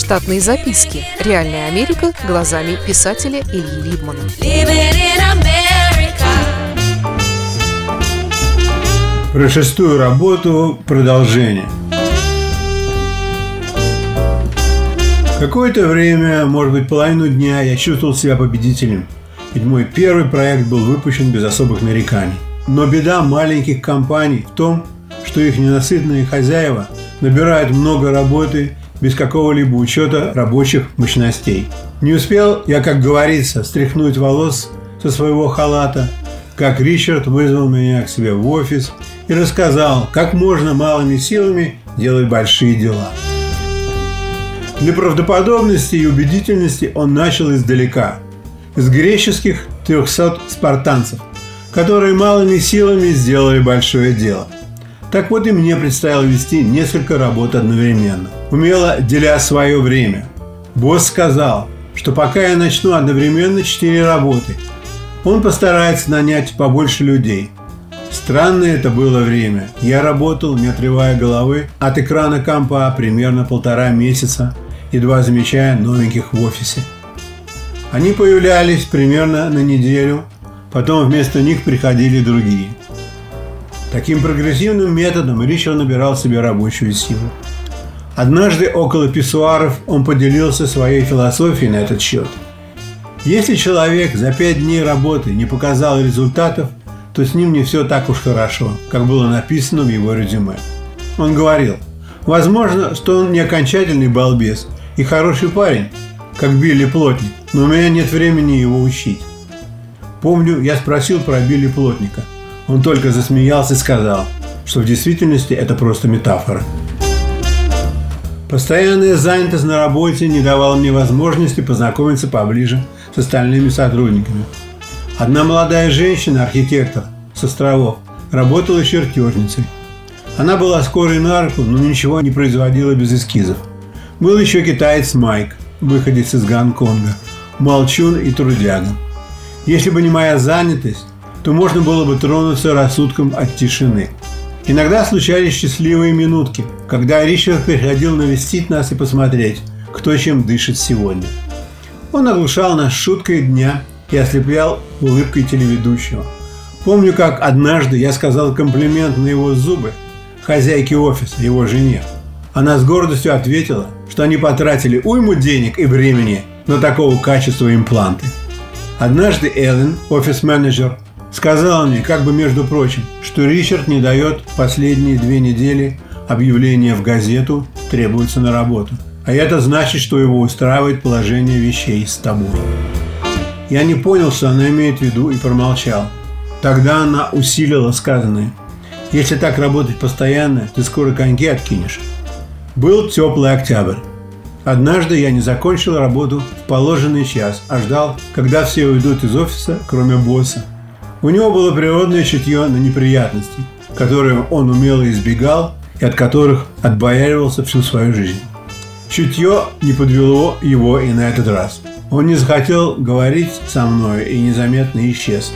Штатные записки. Реальная Америка глазами писателя Ильи Либмана. Про шестую работу продолжение. Какое-то время, может быть, половину дня, я чувствовал себя победителем, ведь мой первый проект был выпущен без особых нареканий. Но беда маленьких компаний в том, что их ненасытные хозяева набирают много работы без какого-либо учета рабочих мощностей. Не успел я, как говорится, стряхнуть волос со своего халата, как Ричард вызвал меня к себе в офис и рассказал, как можно малыми силами делать большие дела. Для правдоподобности и убедительности он начал издалека, с греческих 300 спартанцев, которые малыми силами сделали большое дело. Так вот и мне предстояло вести несколько работ одновременно, умело деля свое время. Босс сказал, что пока я начну одновременно 4 работы, он постарается нанять побольше людей. Странное это было время. Я работал, не отрывая головы от экрана компа примерно 1,5 месяца, едва замечая новеньких в офисе. Они появлялись примерно на неделю, потом вместо них приходили другие. Таким прогрессивным методом Ричард набирал себе рабочую силу. Однажды около писсуаров он поделился своей философией на этот счет. Если человек за 5 дней работы не показал результатов, то с ним не все так уж хорошо, как было написано в его резюме. Он говорил, возможно, что он не окончательный балбес и хороший парень, как Билли Плотник, но у меня нет времени его учить. Помню, я спросил про Билли Плотника. Он только засмеялся и сказал, что в действительности это просто метафора. Постоянная занятость на работе не давала мне возможности познакомиться поближе с остальными сотрудниками. Одна молодая женщина, архитектор с островов, работала чертежницей. Она была скорой на руку, но ничего не производила без эскизов. Был еще китаец Майк, выходец из Гонконга, молчун и трудяга. Если бы не моя занятость, то можно было бы тронуться рассудком от тишины. Иногда случались счастливые минутки, когда Ричард приходил навестить нас и посмотреть, кто чем дышит сегодня. Он оглушал нас шуткой дня и ослеплял улыбкой телеведущего. Помню, как однажды я сказал комплимент на его зубы хозяйке офиса, его жене. Она с гордостью ответила, что они потратили уйму денег и времени на такого качества импланты. Однажды Эллен, офис-менеджер, сказала мне, как бы между прочим, что Ричард не дает последние 2 недели объявления в газету «Требуется на работу». А это значит, что его устраивает положение вещей с тобой. Я не понял, что она имеет в виду, и промолчал. Тогда она усилила сказанное. Если так работать постоянно, ты скоро коньки откинешь. Был теплый октябрь. Однажды я не закончил работу в положенный час, а ждал, когда все уйдут из офиса, кроме босса. У него было природное чутье на неприятности, которые он умело избегал и от которых отбояривался всю свою жизнь. Чутье не подвело его и на этот раз. Он не захотел говорить со мной и незаметно исчез.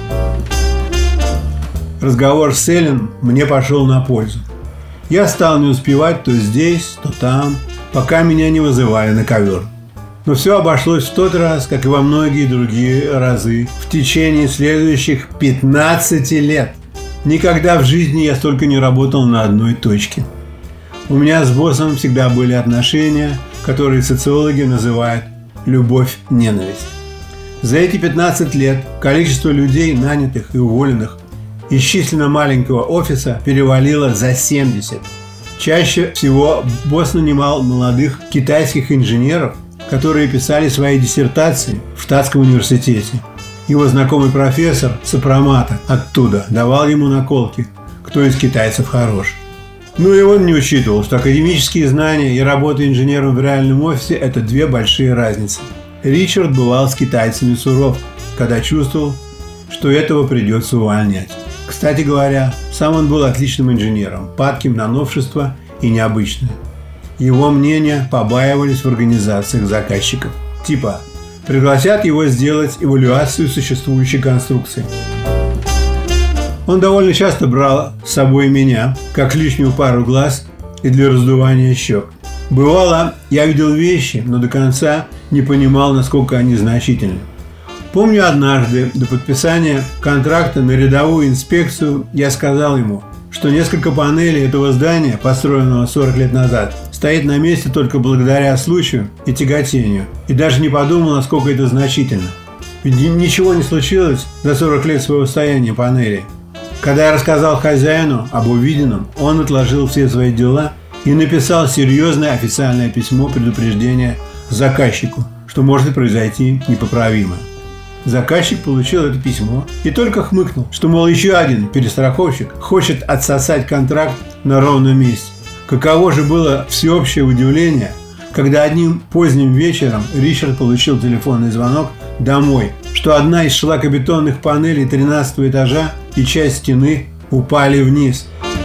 Разговор с Эллен мне пошел на пользу. Я стал не успевать то здесь, то там, пока меня не вызывали на ковер. Но все обошлось в тот раз, как и во многие другие разы, в течение следующих 15 лет. Никогда в жизни я столько не работал на одной точке. У меня с боссом всегда были отношения, которые социологи называют «любовь-ненависть». За эти 15 лет количество людей, нанятых и уволенных, из численно маленького офиса перевалило за 70. Чаще всего босс нанимал молодых китайских инженеров, которые писали свои диссертации в Штатском университете. Его знакомый профессор сопромата оттуда давал ему наколки, кто из китайцев хорош. Ну и он не учитывал, что академические знания и работа инженером в реальном офисе – это 2 большие разницы. Ричард бывал с китайцами суров, когда чувствовал, что этого придется увольнять. Кстати говоря, сам он был отличным инженером, падким на новшества и необычное. Его мнения побаивались в организациях заказчиков. Типа, пригласят его сделать эвалюацию существующей конструкции. Он довольно часто брал с собой меня, как лишнюю пару глаз и для раздувания щек. Бывало, я видел вещи, но до конца не понимал, насколько они значительны. Помню, однажды до подписания контракта на рядовую инспекцию я сказал ему, что несколько панелей этого здания, построенного 40 лет назад, стоит на месте только благодаря случаю и тяготению, и даже не подумал, насколько это значительно. Ведь ничего не случилось за 40 лет своего стояния панелей. Когда я рассказал хозяину об увиденном, он отложил все свои дела и написал серьезное официальное письмо предупреждения заказчику, что может произойти непоправимое. Заказчик получил это письмо и только хмыкнул, что, мол, еще один перестраховщик хочет отсосать контракт на ровном месте. Каково же было всеобщее удивление, когда одним поздним вечером Ричард получил телефонный звонок домой, что одна из шлакобетонных панелей 13-го этажа и часть стены упали вниз.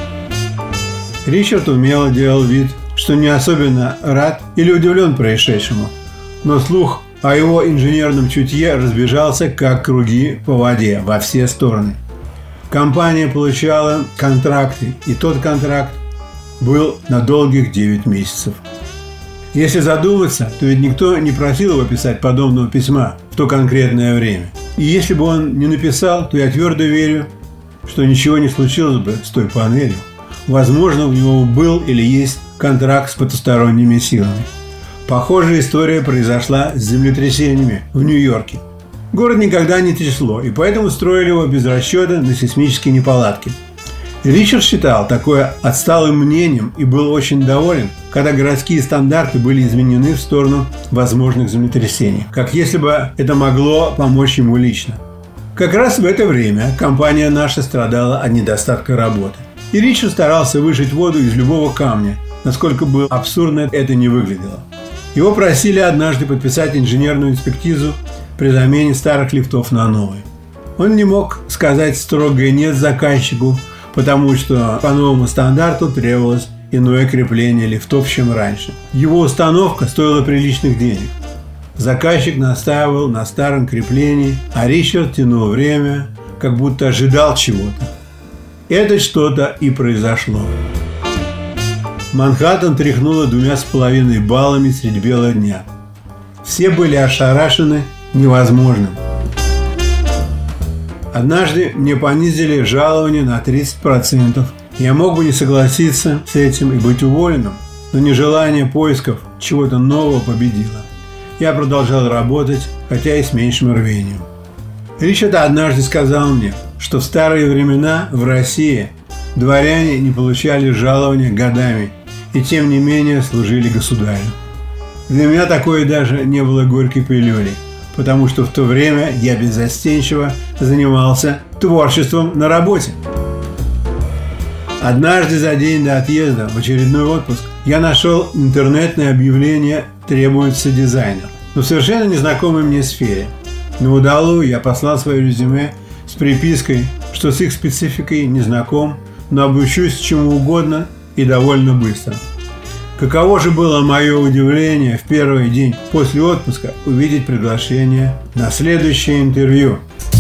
Ричард умело делал вид, что не особенно рад или удивлен происшедшему, но слух о его инженерном чутье разбежался, как круги по воде, во все стороны. Компания получала контракты, и тот контракт был на долгих 9 месяцев. Если задуматься, то ведь никто не просил его писать подобного письма в то конкретное время. И если бы он не написал, то я твердо верю, что ничего не случилось бы с той панелью. Возможно, у него был или есть контракт с потусторонними силами. Похожая история произошла с землетрясениями в Нью-Йорке. Город никогда не трясло, и поэтому строили его без расчета на сейсмические неполадки. Ричард считал такое отсталым мнением и был очень доволен, когда городские стандарты были изменены в сторону возможных землетрясений, как если бы это могло помочь ему лично. Как раз в это время компания наша страдала от недостатка работы. И Ричард старался выжать воду из любого камня, насколько бы абсурдно это не выглядело. Его просили однажды подписать инженерную экспертизу при замене старых лифтов на новые. Он не мог сказать строгое «нет» заказчику, потому что по новому стандарту требовалось иное крепление лифтов, чем раньше. Его установка стоила приличных денег. Заказчик настаивал на старом креплении, а Ричард тянул время, как будто ожидал чего-то. Это что-то и произошло. Манхэттен тряхнуло 2,5 баллами средь бела дня. Все были ошарашены невозможным. Однажды мне понизили жалование на 30%. Я мог бы не согласиться с этим и быть уволенным, но нежелание поисков чего-то нового победило. Я продолжал работать, хотя и с меньшим рвением. Ричард однажды сказал мне, что в старые времена в России дворяне не получали жалования годами и тем не менее служили государю. Для меня такое даже не было горькой пилюлей, потому что в то время я беззастенчиво занимался творчеством на работе. Однажды за день до отъезда в очередной отпуск я нашел интернетное объявление «Требуется дизайнер», но в совершенно незнакомой мне сфере. На удалую я послал свое резюме с припиской, что с их спецификой не знаком, но обучусь чему угодно и довольно быстро. Каково же было мое удивление в первый день после отпуска увидеть приглашение на следующее интервью.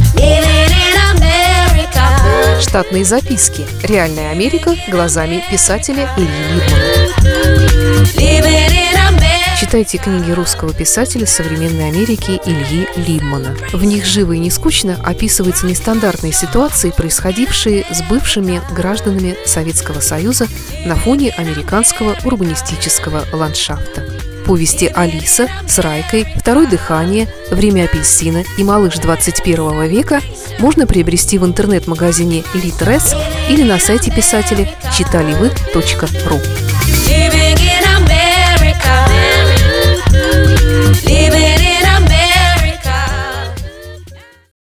Штатные записки. Реальная Америка глазами писателя Ильи Либмана. Читайте книги русского писателя современной Америки Ильи Либмана. В них живо и не скучно описываются нестандартные ситуации, происходившие с бывшими гражданами Советского Союза на фоне американского урбанистического ландшафта. Повести «Алиса» с Райкой, «Второе дыхание», «Время апельсина» и «Малыш 21 века» можно приобрести в интернет-магазине Литрес или на сайте писателя читаливы.ру.